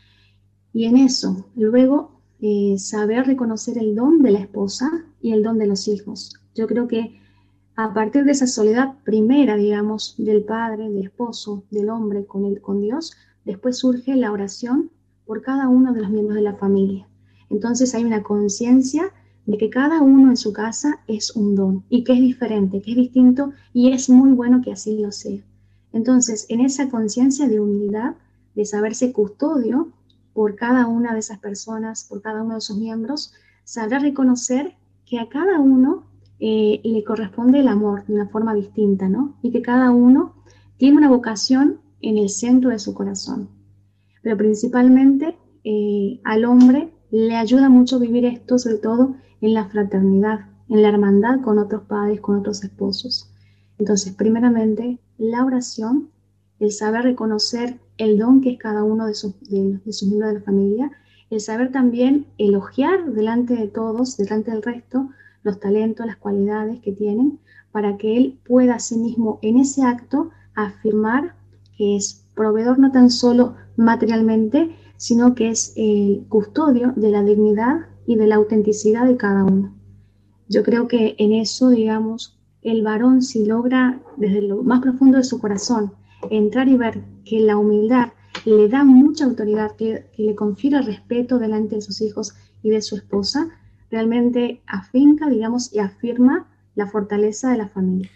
Y en eso, luego, saber reconocer el don de la esposa y el don de los hijos. Yo creo que a partir de esa soledad primera, digamos, del padre, del esposo, del hombre con Dios, después surge la oración por cada uno de los miembros de la familia. Entonces hay una conciencia de que cada uno en su casa es un don y que es diferente, que es distinto y es muy bueno que así lo sea. Entonces, en esa conciencia de humildad, de saberse custodio por cada una de esas personas, por cada uno de sus miembros, sabrá reconocer que a cada uno le corresponde el amor de una forma distinta, ¿no? Y que cada uno tiene una vocación en el centro de su corazón. Pero principalmente al hombre le ayuda mucho vivir esto, sobre todo en la fraternidad, en la hermandad con otros padres, con otros esposos. Entonces, primeramente, la oración, el saber reconocer el don que es cada uno de sus miembros de la familia, el saber también elogiar delante de todos, delante del resto, los talentos, las cualidades que tienen, para que él pueda a sí mismo en ese acto afirmar que es proveedor no tan solo materialmente, sino que es el custodio de la dignidad y de la autenticidad de cada uno. Yo creo que en eso, digamos, el varón, si logra desde lo más profundo de su corazón entrar y ver que la humildad le da mucha autoridad, que le confiere respeto delante de sus hijos y de su esposa, realmente afinca, digamos, y afirma la fortaleza de la familia.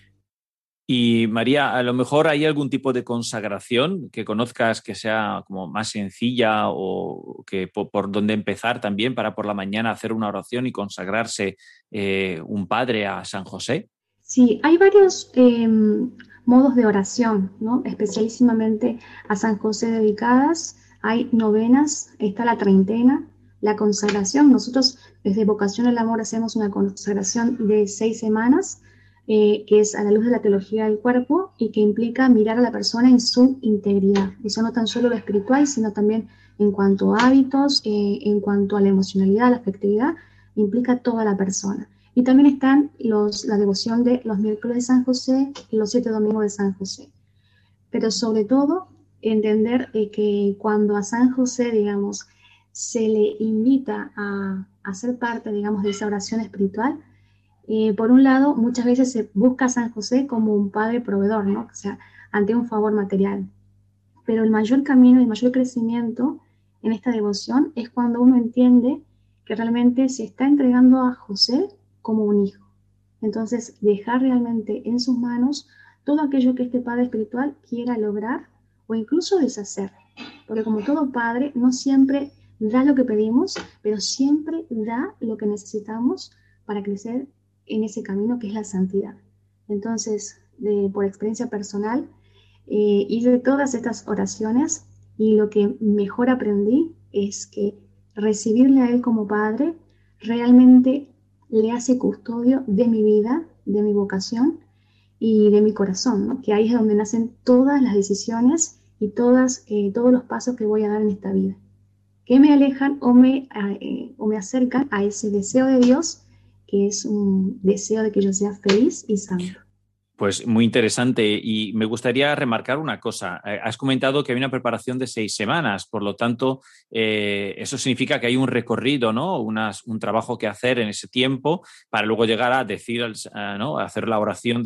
Y María, a lo mejor hay algún tipo de consagración que conozcas que sea como más sencilla o que por dónde empezar también para por la mañana hacer una oración y consagrarse un padre a San José. Sí, hay varios modos de oración, ¿no? Especialísimamente a San José dedicadas. Hay novenas, está la treintena, la consagración. Nosotros desde Vocación al Amor hacemos una consagración de 6 semanas, que es a la luz de la teología del cuerpo y que implica mirar a la persona en su integridad. Eso no tan solo lo espiritual, sino también en cuanto a hábitos, en cuanto a la emocionalidad, la afectividad, implica toda la persona. Y también están la devoción de los miércoles de San José y los 7 domingos de San José. Pero sobre todo, entender que cuando a San José, digamos, se le invita a ser parte, digamos, de esa oración espiritual, por un lado, muchas veces se busca a San José como un padre proveedor, ¿no? O sea, ante un favor material. Pero el mayor camino, el mayor crecimiento en esta devoción es cuando uno entiende que realmente se está entregando a José como un hijo. Entonces, dejar realmente en sus manos todo aquello que este padre espiritual quiera lograr o incluso deshacer. Porque como todo padre, no siempre da lo que pedimos, pero siempre da lo que necesitamos para crecer en ese camino que es la santidad. Entonces, por experiencia personal, hice todas estas oraciones y lo que mejor aprendí es que recibirle a él como padre realmente le hace custodio de mi vida, de mi vocación y de mi corazón, ¿no? Que ahí es donde nacen todas las decisiones y todos los pasos que voy a dar en esta vida, que me alejan o me acercan a ese deseo de Dios, que es un deseo de que yo sea feliz y santo. Pues muy interesante, y me gustaría remarcar una cosa. Has comentado que hay una preparación de 6 semanas, por lo tanto, eso significa que hay un recorrido, ¿no? Un trabajo que hacer en ese tiempo para luego llegar a decir, ¿no? A hacer la oración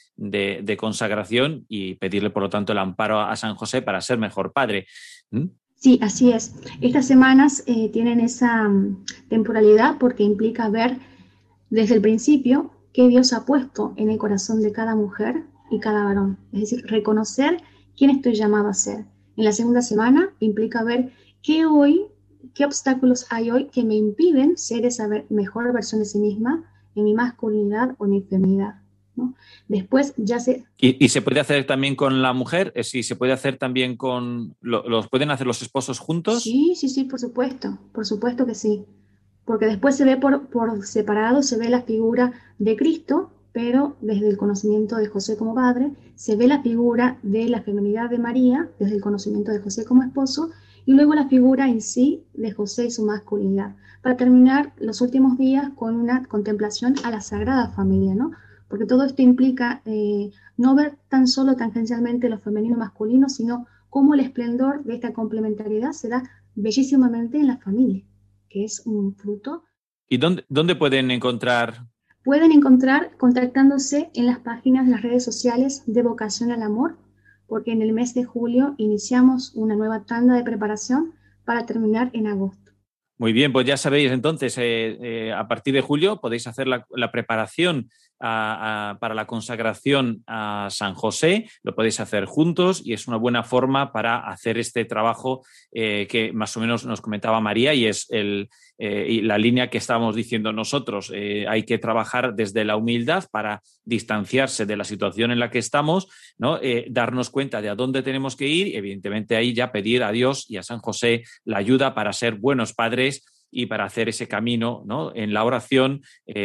de consagración y pedirle, por lo tanto, el amparo a San José para ser mejor padre. ¿Mm? Sí, así es. Estas semanas tienen esa temporalidad porque implica ver desde el principio qué Dios ha puesto en el corazón de cada mujer y cada varón. Es decir, reconocer quién estoy llamado a ser. En la segunda semana implica ver qué obstáculos hay hoy que me impiden ser esa mejor versión de sí misma en mi masculinidad o en mi feminidad, ¿no? Después ya se... ¿Y se puede hacer también con la mujer? ¿Sí, se puede hacer también con... ¿Los pueden hacer los esposos juntos? Sí, por supuesto que sí. Porque después se ve por separado, se ve la figura de Cristo, pero desde el conocimiento de José como padre, se ve la figura de la feminidad de María, desde el conocimiento de José como esposo, y luego la figura en sí de José y su masculinidad, para terminar los últimos días con una contemplación a la Sagrada Familia, ¿no? Porque todo esto implica no ver tan solo tangencialmente lo femenino y masculino, sino cómo el esplendor de esta complementariedad se da bellísimamente en la familia, que es un fruto. ¿Y dónde pueden encontrar? Pueden encontrar contactándose en las páginas de las redes sociales de Vocación al Amor, porque en el mes de julio iniciamos una nueva tanda de preparación para terminar en agosto. Muy bien, pues ya sabéis, entonces, a partir de julio podéis hacer la preparación para la consagración a San José, lo podéis hacer juntos y es una buena forma para hacer este trabajo que más o menos nos comentaba María y es y la línea que estábamos diciendo nosotros. Hay que trabajar desde la humildad para distanciarse de la situación en la que estamos, ¿no? Darnos cuenta de a dónde tenemos que ir y evidentemente ahí ya pedir a Dios y a San José la ayuda para ser buenos padres y para hacer ese camino, ¿no? En la oración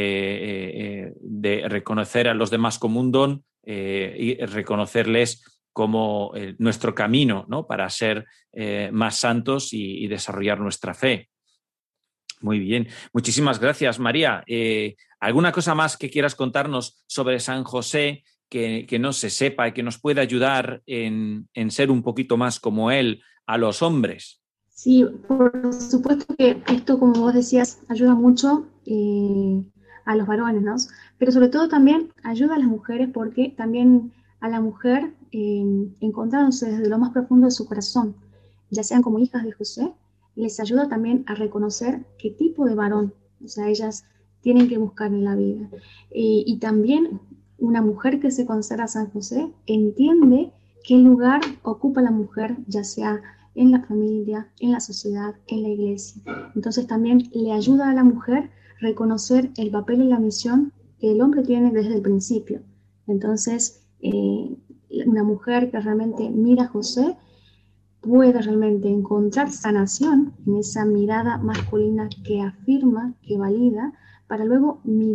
de reconocer a los demás como un don y reconocerles como nuestro camino, ¿no? Para ser más santos y desarrollar nuestra fe. Muy bien. Muchísimas gracias, María. ¿Alguna cosa más que quieras contarnos sobre San José que no se sepa y que nos pueda ayudar en ser un poquito más como él a los hombres? Sí, por supuesto que esto, como vos decías, ayuda mucho a los varones, ¿no? Pero sobre todo también ayuda a las mujeres porque también a la mujer encontrándose desde lo más profundo de su corazón, ya sean como hijas de José, les ayuda también a reconocer qué tipo de varón, o sea, ellas tienen que buscar en la vida. Y también una mujer que se consagra a San José entiende qué lugar ocupa la mujer, ya sea en la familia, en la sociedad, en la iglesia. Entonces también le ayuda a la mujer reconocer el papel y la misión que el hombre tiene desde el principio. Entonces, una mujer que realmente mira a José puede realmente encontrar sanación en esa mirada masculina que afirma, que valida, para luego mirar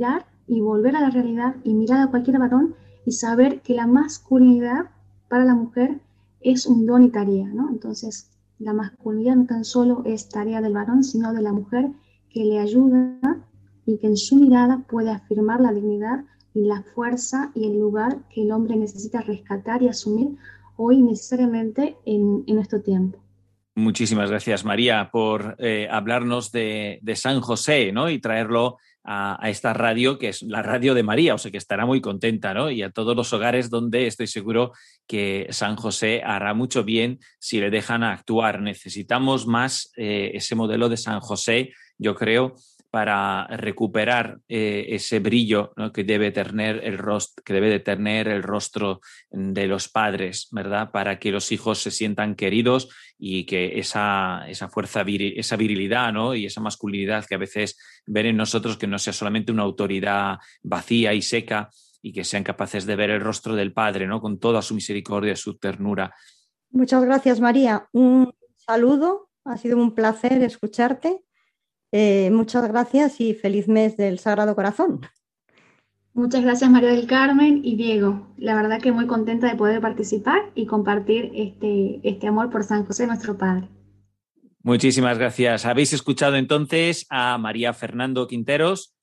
y volver a la realidad y mirar a cualquier varón y saber que la masculinidad para la mujer es un don y tarea, ¿no? Entonces, la masculinidad no tan solo es tarea del varón, sino de la mujer, que le ayuda y que en su mirada puede afirmar la dignidad y la fuerza y el lugar que el hombre necesita rescatar y asumir hoy necesariamente en nuestro tiempo. Muchísimas gracias, María, por hablarnos de San José, ¿no? Y traerlo a esta radio, que es la radio de María, o sea que estará muy contenta, ¿no? Y a todos los hogares donde estoy seguro que San José hará mucho bien si le dejan actuar. Necesitamos más ese modelo de San José, yo creo, para recuperar ese brillo, ¿no? que debe tener el rostro de los padres, ¿verdad? Para que los hijos se sientan queridos y que esa fuerza, esa virilidad, ¿no? Y esa masculinidad que a veces ven en nosotros, que no sea solamente una autoridad vacía y seca, y que sean capaces de ver el rostro del Padre, ¿no? Con toda su misericordia y su ternura. Muchas gracias, María. Un saludo, ha sido un placer escucharte. Muchas gracias y feliz mes del Sagrado Corazón. Muchas gracias, María del Carmen y Diego. La verdad que muy contenta de poder participar y compartir este amor por San José, nuestro Padre. Muchísimas gracias. Habéis escuchado entonces a María Fernanda Quinteros,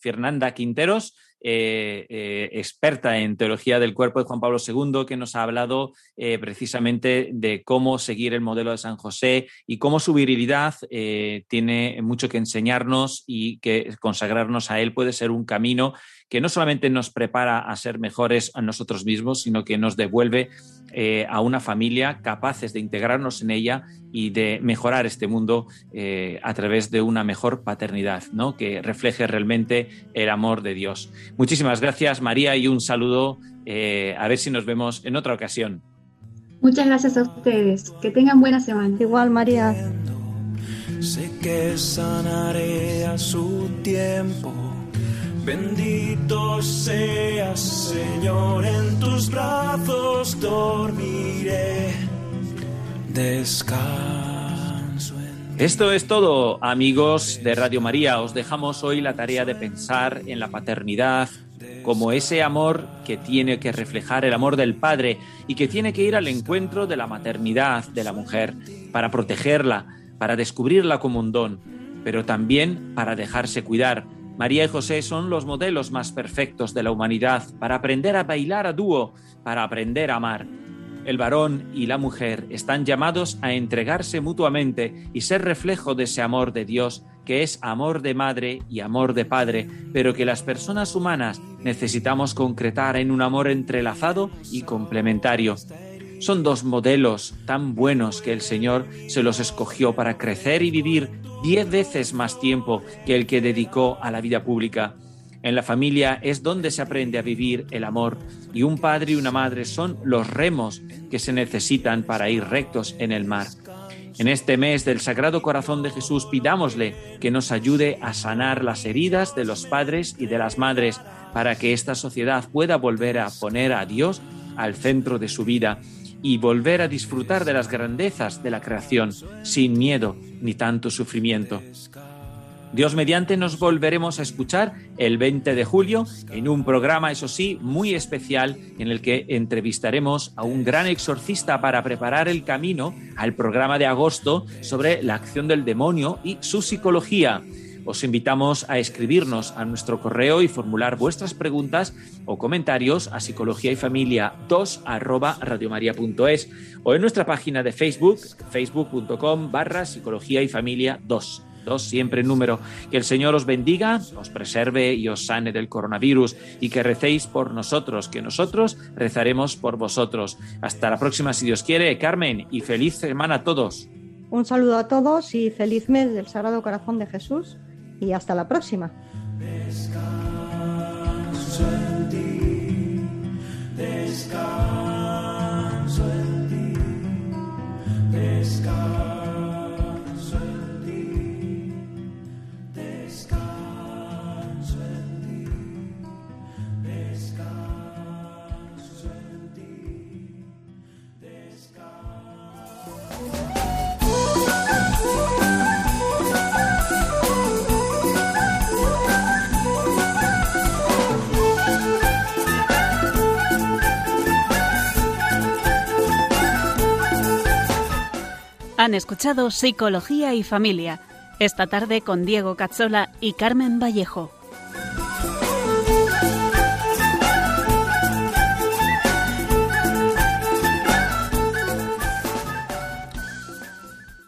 experta en teología del cuerpo de Juan Pablo II, que nos ha hablado precisamente de cómo seguir el modelo de San José y cómo su virilidad tiene mucho que enseñarnos, y que consagrarnos a él puede ser un camino que no solamente nos prepara a ser mejores a nosotros mismos, sino que nos devuelve a una familia capaces de integrarnos en ella y de mejorar este mundo a través de una mejor paternidad, ¿no? Que refleje realmente el amor de Dios. Muchísimas gracias, María, y un saludo. A ver si nos vemos en otra ocasión. Muchas gracias a ustedes. Que tengan buena semana. Igual, María. Sé que sanaré a su tiempo. Bendito seas, Señor, en tus brazos dormiré. Descanso en ti. Esto es todo, amigos de Radio María. Os dejamos hoy la tarea de pensar en la paternidad como ese amor que tiene que reflejar el amor del Padre y que tiene que ir al encuentro de la maternidad de la mujer para protegerla, para descubrirla como un don, pero también para dejarse cuidar. María y José son los modelos más perfectos de la humanidad para aprender a bailar a dúo, para aprender a amar. El varón y la mujer están llamados a entregarse mutuamente y ser reflejo de ese amor de Dios, que es amor de madre y amor de padre, pero que las personas humanas necesitamos concretar en un amor entrelazado y complementario. Son dos modelos tan buenos que el Señor se los escogió para crecer y vivir 10 veces más tiempo que el que dedicó a la vida pública. En la familia es donde se aprende a vivir el amor, y un padre y una madre son los remos que se necesitan para ir rectos en el mar. En este mes del Sagrado Corazón de Jesús, pidámosle que nos ayude a sanar las heridas de los padres y de las madres, para que esta sociedad pueda volver a poner a Dios al centro de su vida y volver a disfrutar de las grandezas de la creación sin miedo ni tanto sufrimiento. Dios mediante, nos volveremos a escuchar el 20 de julio en un programa, eso sí, muy especial, en el que entrevistaremos a un gran exorcista para preparar el camino al programa de agosto sobre la acción del demonio y su psicología. Os invitamos a escribirnos a nuestro correo y formular vuestras preguntas o comentarios a psicologiayfamilia2@radiomaria.es o en nuestra página de Facebook, facebook.com/psicologiayfamilia2. 2 siempre en número. Que el Señor os bendiga, os preserve y os sane del coronavirus, y que recéis por nosotros, que nosotros rezaremos por vosotros. Hasta la próxima, si Dios quiere, Carmen, y feliz semana a todos. Un saludo a todos y feliz mes del Sagrado Corazón de Jesús, y hasta la próxima. Descanso en ti, descanso en ti, descanso. Han escuchado Psicología y Familia, esta tarde con Diego Cazzola y Carmen Vallejo.